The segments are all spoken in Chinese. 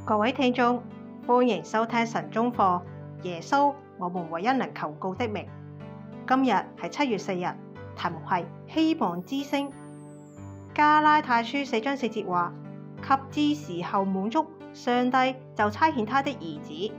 各位聽眾，歡迎收聽神中課。耶穌，我們唯一能求告的名。今日係7月4日，題目係希望之星。加拉太書4章4節話：及至時候滿足，上帝就差遣他的兒子。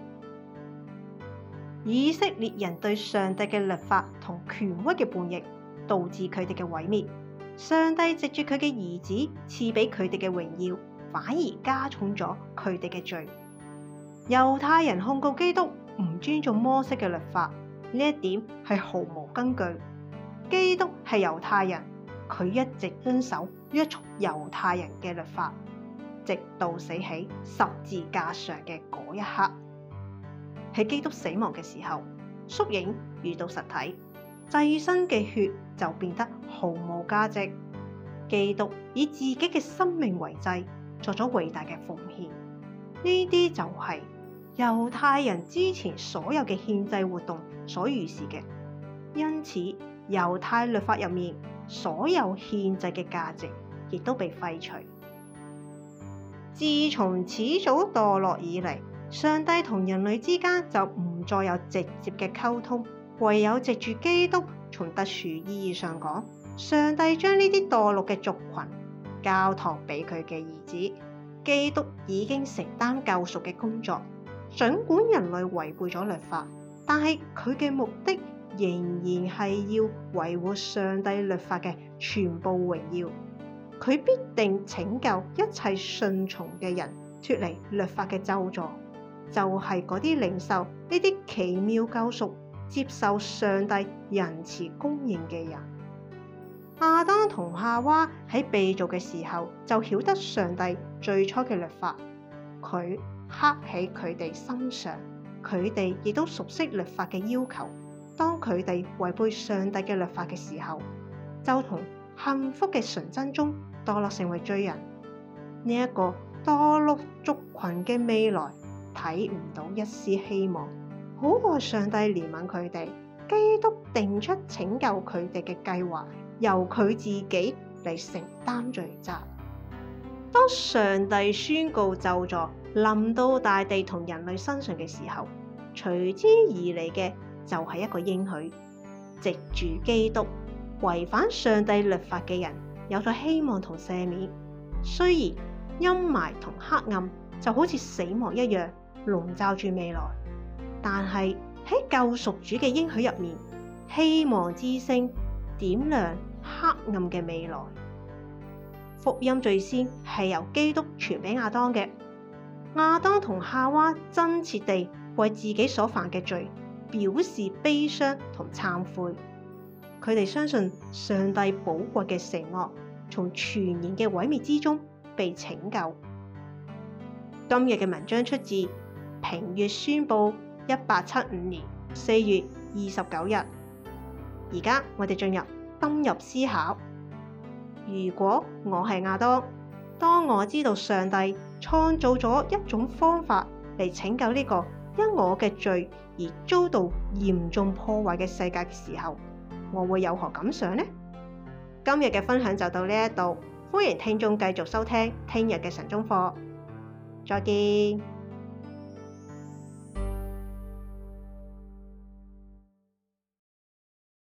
以色列人對上帝嘅律法同權威嘅叛逆，導致佢哋嘅毀滅。上帝藉住佢嘅兒子賜俾佢哋嘅榮耀，反而加重咗佢哋嘅罪。猶太人控告基督唔尊重摩西嘅律法，呢一點係毫無根據。基督係猶太人，佢一直遵守約束猶太人嘅律法，直到死喺十字架上嘅嗰一刻。喺基督死亡嘅時候，縮影遇到實體，祭牲嘅血就變得毫無價值。基督以自己嘅生命為祭，作咗偉大嘅奉獻。呢啲就係猶太人之前所有嘅獻祭活動所預示嘅，因此猶太律法入面所有獻祭嘅價值亦都被廢除。自從始祖墮落以嚟，上帝同人類之間就唔再有直接嘅溝通，唯有藉住基督。從特殊意義上講，上帝將呢啲墮落嘅族群交託俾佢嘅兒子。基督已經承擔救贖嘅工作，儘管人類違背咗律法，但係佢嘅目的仍然係要維護上帝律法嘅全部榮耀。佢必定拯救一切順從嘅人脫離律法嘅咒詛，就係嗰啲領受呢啲奇妙救贖、接受上帝仁慈供應嘅人。亞當同夏娃喺被造嘅時候就曉得上帝最初嘅律法，佢刻喺佢哋心上，佢哋亦都熟悉律法嘅要求。當佢哋違背上帝嘅律法嘅時候，就同幸福嘅純真中墮落成為罪人。呢一個墮落族群嘅未來睇唔到一絲希望。好過上帝憐憫佢哋，基督定出拯救佢哋嘅計劃，由佢自己嚟承擔罪責。當上帝宣告咒詛臨到大地同人類身上嘅時候，隨之而嚟嘅就係一個應許，藉住基督，違反上帝律法嘅人有咗希望同赦免。雖然陰霾同黑暗就好似死亡一樣籠罩住未來，但係喺救贖主嘅應許入面，希望之星點亮黑暗嘅未來。福音最先係由基督傳俾亞當嘅，亞當同夏娃真切地為自己所犯嘅罪表示悲傷同懺悔。佢哋相信上帝寶貴嘅承諾，從全然嘅毀滅之中被拯救。今日嘅文章出自平越宣報1875年4月29日。而家我哋進入深入思考。如果我係亞當，當我知道上帝創造咗一種方法嚟拯救呢個因我嘅罪而遭到嚴重破壞嘅世界嘅時候，我會有何感想呢？今日嘅分享就到呢一度，歡迎聽眾繼續收聽聽日嘅神中課。再見。